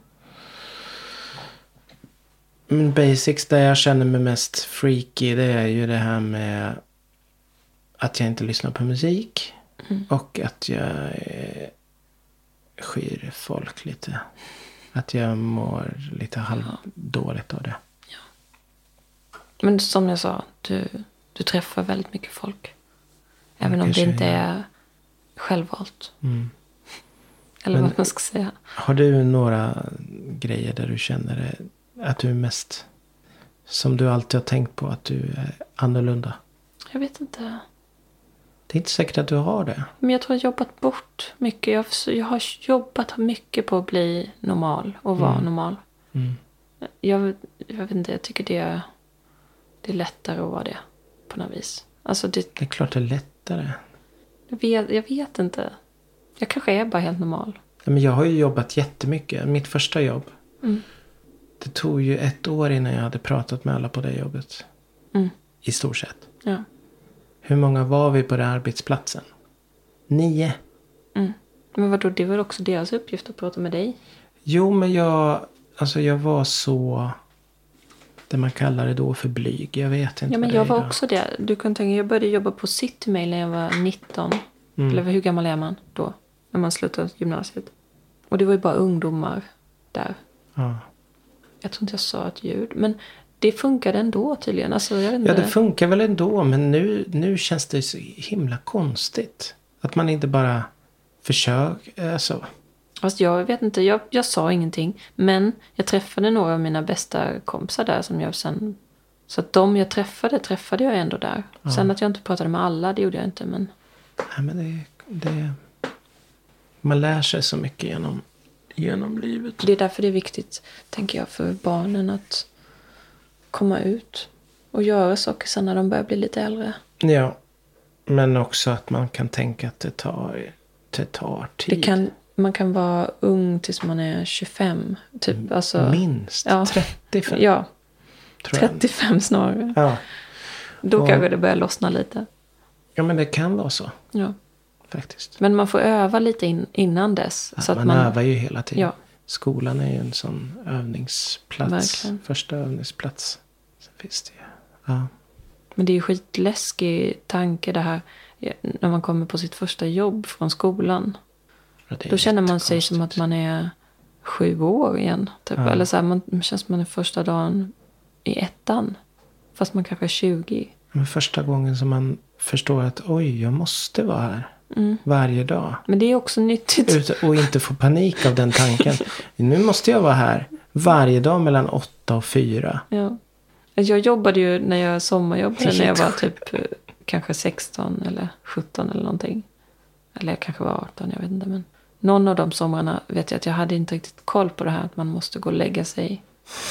Men basics där jag känner mig mest freaky, det är ju det här med att jag inte lyssnar på musik. Mm. Och att jag eh, skyr folk lite. Att jag mår lite halvdåligt av det. Men som jag sa, du, du träffar väldigt mycket folk. Även Ja, om det kanske inte jag. är självvalt. Mm. Eller Men- vad man ska säga. Har du några grejer där du känner det, att du är mest, som du alltid har tänkt på, att du är annorlunda? Jag vet inte. Det är inte säkert att du har det. Men jag tror jag har jobbat bort mycket. Jag, har- jag har jobbat mycket på att bli normal. Och vara Mm. normal. Mm. Jag, jag vet inte, jag tycker det är, det är lättare att vara det. På något vis. Alltså det, Det är klart det är lättare. jag, vet, jag vet inte. Jag kanske är bara helt normal. Ja, men jag har ju jobbat jättemycket. Mitt första jobb. Mm. Det tog ju ett år innan jag hade pratat med alla på det jobbet. Mm. I stort sett. Ja. Hur många var vi på den arbetsplatsen? Nio. Mm. Men vadå, det var också deras uppgift att prata med dig. Jo, men jag, alltså jag var så det man kallar det då för blyg. Jag vet inte. Ja, men vad jag det var idag. också det. Du kan tänka, jag började jobba på Citymail när jag var nitton. Mm. Eller hur gammal är man då? När man slutade gymnasiet. Och det var ju bara ungdomar där. Ja. Jag tror inte jag sa ett ljud. Men det funkade ändå tydligen. Alltså, jag vet inte. Ja, det funkar väl ändå. Men nu, nu känns det så himla konstigt. Att man inte bara försöker. Alltså. Fast jag vet inte. Jag, jag sa ingenting. Men jag träffade några av mina bästa kompisar där. Som jag sen... Så att de jag träffade, träffade jag ändå där. Ja. Sen att jag inte pratade med alla, det gjorde jag inte. Men... Nej, men det, det... Man lär sig så mycket genom, genom livet. Det är därför det är viktigt, tänker jag, för barnen att komma ut och göra saker sen när de börjar bli lite äldre. Ja, men också att man kan tänka att det tar, det tar tid. Det kan, man kan vara ung tills man är tjugofem. Typ, alltså, Minst ja, trettiofem. Ja, tror jag. trettiofem snarare. Ja. Då Och- kanske det börjar lossna lite. ja, men det kan vara så. Ja. Faktiskt. Men man får öva lite in, innan dess. Ja, så att man, man övar ju hela tiden. Ja. Skolan är ju en sån övningsplats. Verkligen. Första övningsplats. Sen finns det ju. Ja. Men det är ju skitläskig tanke det här. När man kommer på sitt första jobb från skolan. Ja, det är Då känner man sig jättekonstigt. som att man är sju år igen. Typ. Ja. Eller så här, man man känns som man är första dagen i ettan. Fast man kanske är tjugo. Men första gången som man förstår att oj, jag måste vara här. Mm. Varje dag. Men det är också nyttigt. Ut- Och inte få panik av den tanken. Nu måste jag vara här varje dag mellan åtta och fyra. Ja. Jag jobbade ju när jag sommarjobbade. Helt När jag var sjukt. typ eh, kanske sexton eller sjutton eller någonting. Eller jag kanske var arton, jag vet inte. Men någon av de somrarna vet jag att jag hade inte riktigt koll på det här. Att man måste gå och lägga sig.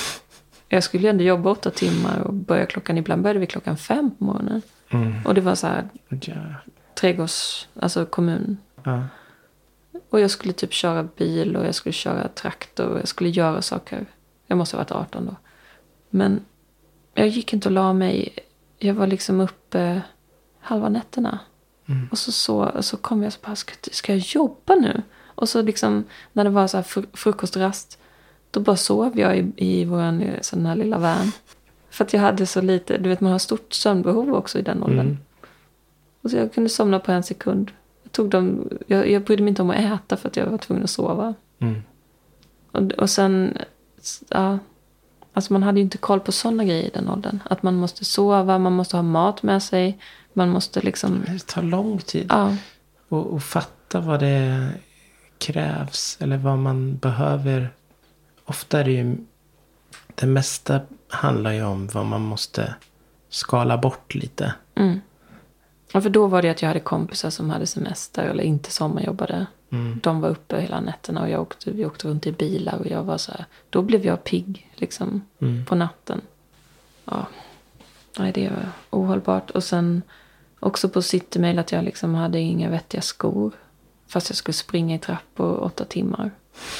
Jag skulle ju ändå jobba åtta timmar. Och börja klockan, ibland började vi klockan fem på morgonen. Mm. Och det var så här Ja. trädgårds, alltså kommun. Ja. Och jag skulle typ köra bil och jag skulle köra traktor och jag skulle göra saker. Jag måste ha varit arton då. Men jag gick inte och la mig. Jag var liksom uppe halva nätterna. Mm. Och så, så, så kom jag så bara, ska, ska jag jobba nu? Och så liksom, när det var så här fr- frukostrast, då bara sov jag i, i vår sån här lilla van. För att jag hade så lite, du vet man har stort sömnbehov också i den åldern. Mm. Och så jag kunde somna på en sekund. Jag, tog dem, jag, jag brydde mig inte om att äta för att jag var tvungen att sova. Mm. Och, och sen, ja, alltså man hade ju inte koll på sådana grejer i den åldern. Att man måste sova, man måste ha mat med sig. Man måste liksom, Det tar lång tid. ja, Och, och fatta vad det krävs. Eller vad man behöver. Ofta är det ju. Det mesta handlar ju om vad man måste skala bort lite. mm. Och för då var det att jag hade kompisar som hade semester eller inte sommarjobbade. Mm. De var uppe hela nätterna och jag åkte, vi åkte runt i bilar och jag var så här, då blev jag pigg liksom Mm. på natten. Ja, nej det var ohållbart. Och sen också på Citymail att jag liksom hade inga vettiga skor. Fast jag skulle springa i trappor åtta timmar.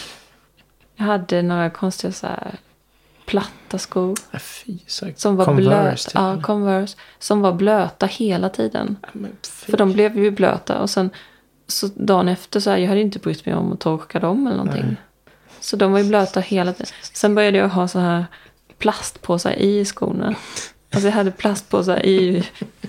Jag hade några konstiga så här platta skor. Ja, fy, så Som var Converse, blöta. typ, Ja, eller? Converse. Som var blöta hela tiden. Ja, men fy. För de blev ju blöta. Och sen så dagen efter så här, jag hade inte brytt mig om att torka dem eller någonting. Nej. Så de var ju blöta hela tiden. Sen började jag ha så här plastpåsar i skorna. Alltså jag hade plastpåsar i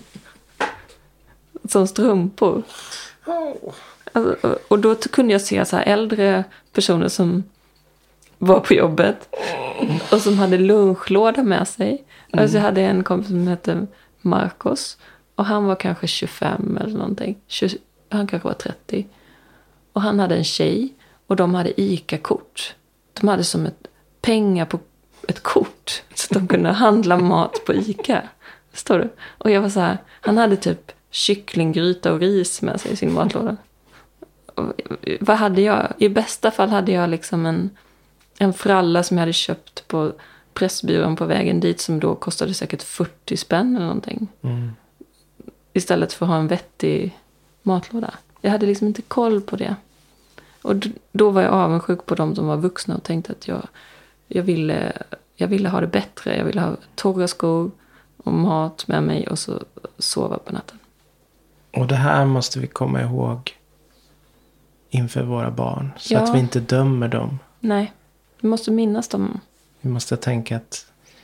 som strumpor. Alltså, och- och då kunde jag se så här äldre personer som var på jobbet och som hade lunchlåda med sig. Alltså jag hade en kompis som hette Marcos och han var kanske tjugofem eller någonting. tjugo, han kanske var trettio. Och han hade en tjej och de hade ICA-kort. De hade som ett pengar på ett kort så att de kunde handla mat på ICA. Förstår du? Och jag var så här, han hade typ kycklinggryta och ris med sig i sin matlåda. Och vad hade jag? I bästa fall hade jag liksom en, en fralla som jag hade köpt på Pressbyrån på vägen dit som då kostade säkert fyrtio spänn eller någonting. Mm. Istället för att ha en vettig matlåda. Jag hade liksom inte koll på det. Och d- då var jag avundsjuk på de som var vuxna och tänkte att jag, jag, ville, jag ville ha det bättre. Jag ville ha torra skor och mat med mig och så sova på natten. Och det här måste vi komma ihåg inför våra barn. Så Ja. att vi inte dömer dem. Nej, vi måste minnas dem. Vi måste tänka att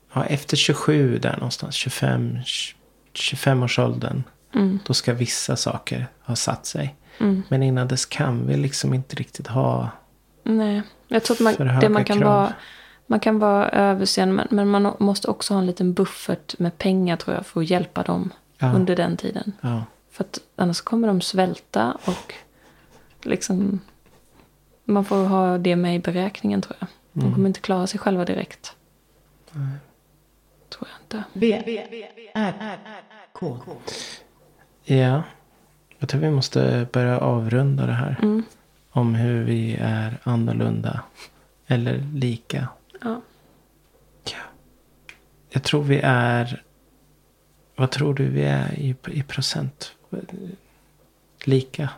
ja, efter tjugosju där någonstans. tjugofem, tjugofem års åldern. Mm. Då ska vissa saker ha satt sig. Mm. Men innan dess kan vi liksom inte riktigt ha. Nej, jag tror att man, det man kan krav. vara. Man kan vara överseende. Men, men man måste också ha en liten buffert med pengar tror jag. För att hjälpa dem ja. under den tiden. Ja. För att annars kommer de svälta. Och liksom. Man får ha det med i beräkningen tror jag. De mm. kommer inte klara sig själva direkt. Nej. Tror jag inte. B, B, B, R, R, R, K. Ja. Jag tror vi måste börja avrunda det här. Mm. Om hur vi är annorlunda. Eller lika. Ja. Ja. Jag tror vi är. Vad tror du vi är i, i procent? Lika.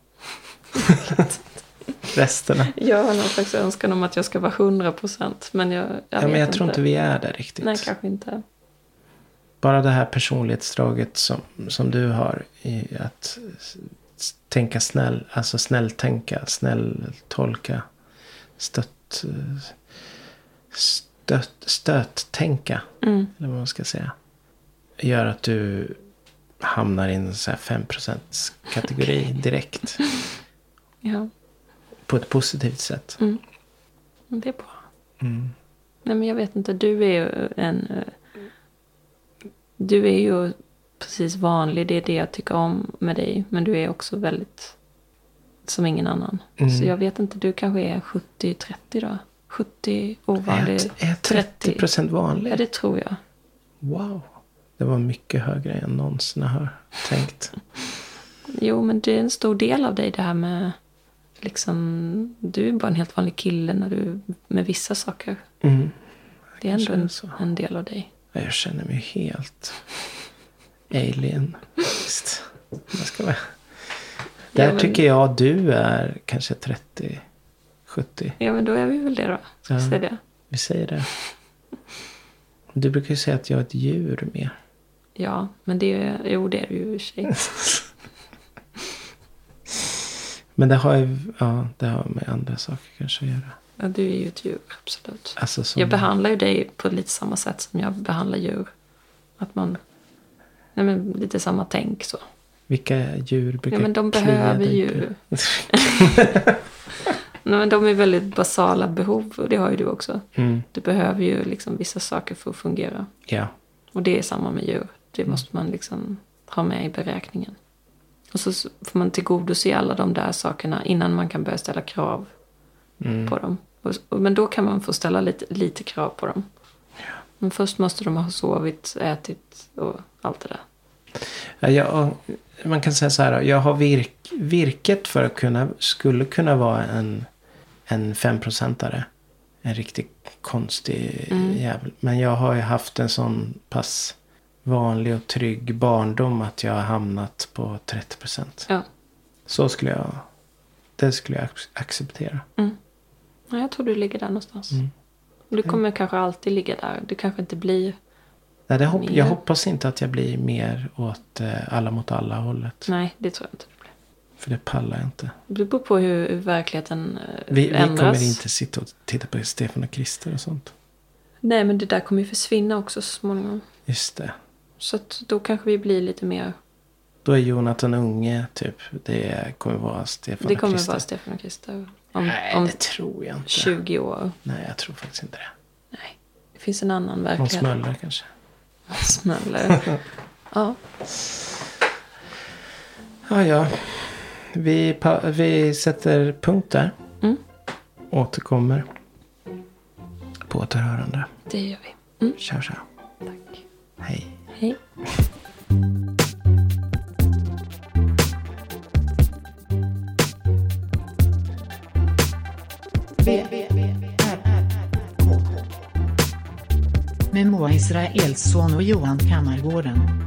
Resterna. Jag har nog faktiskt önskan om att jag ska vara hundra procent. Men jag, jag, ja, men jag inte. tror inte vi är där riktigt. Nej, kanske inte. Bara det här personlighetsdraget som, som du har. I att tänka snäll. Alltså snälltänka. Snälltolka. Stött. Stött. Stöttänka. Mm. Eller vad man ska säga. Gör att du hamnar i en så här fem procent kategori direkt. Ja. På ett positivt sätt. Mm. Det är bra. Mm. Nej, men jag vet inte. Du är ju en. Du är ju precis vanlig. Det är det jag tycker om med dig. Men du är också väldigt. Som ingen annan. Mm. Så jag vet inte. Du kanske är sjuttio trettio då. sjuttio ovanlig. Är, är trettio procent vanlig? Ja, det tror jag. Wow. Det var mycket högre än jag någonsin har tänkt. Jo, men det är en stor del av dig det här med. Liksom, du är bara en helt vanlig kille när du med vissa saker. Mm. Det är ändå en, en del av dig. Jag känner mig helt alien. Visst. Jag ska vara. Där ja, men, tycker jag du är kanske trettio sjuttio. Ja, men då är vi väl det då. Ska ja, vi säga det? Vi säger det. Du brukar ju säga att jag är ett djur med. Ja, men det är, jo, det är du ju i sig. Men det har ju, ja, det har med andra saker kanske att göra. Ja, du är ju ett djur, absolut. Alltså som, jag behandlar ju dig på lite samma sätt som jag behandlar djur. Att man, nej men lite samma tänk så. Vilka djur brukar ja, men de behöver ju. Nej, men de är väldigt basala behov och det har ju du också. Mm. Du behöver ju liksom vissa saker för att fungera. Ja. Och det är samma med djur. Det mm. måste man liksom ha med i beräkningen. Och så får man tillgodose alla de där sakerna innan man kan börja ställa krav mm. på dem. Och, men då kan man få ställa lite, lite krav på dem. Ja. Men först måste de ha sovit, ätit och allt det där. Ja, jag, man kan säga så här. Jag har virk, virket för att kunna, skulle kunna vara en, en femprocentare. En riktigt konstig mm. jävel. Men jag har ju haft en sån pass vanlig och trygg barndom att jag har hamnat på trettio procent. Ja. Så skulle jag, det skulle jag acceptera. Mm. Ja, jag tror du ligger där någonstans. Mm. Du kommer mm. kanske alltid ligga där. Du kanske inte blir. Nej, det hopp, jag hoppas inte att jag blir mer åt eh, alla mot alla hållet. Nej, det tror jag inte du blir. För det pallar jag inte. Det beror på hur verkligheten eh, vi, ändras. Vi kommer inte sitta och titta på Stefan och Krister och sånt. Nej, men det där kommer ju försvinna också så småningom. Just det. Så att då kanske vi blir lite mer. Då är Jonathan Unge typ. Det kommer vara Stefan och Krister. Det kommer vara Stefan och Krister. Om, Nej, om det tror jag inte. tjugo år. Nej, jag tror faktiskt inte det. Nej, det finns en annan verklighet. Måns Möller kanske. Måns Möller. Ja. Ja, ja. Vi, vi sätter punkt där. Mm. Återkommer. På återhörande. Det gör vi. Mm. Ciao, ciao. Tack. Hej. Hej. B, B, B, R, R, K. Med Moa Israelsson och Johan Kammargården.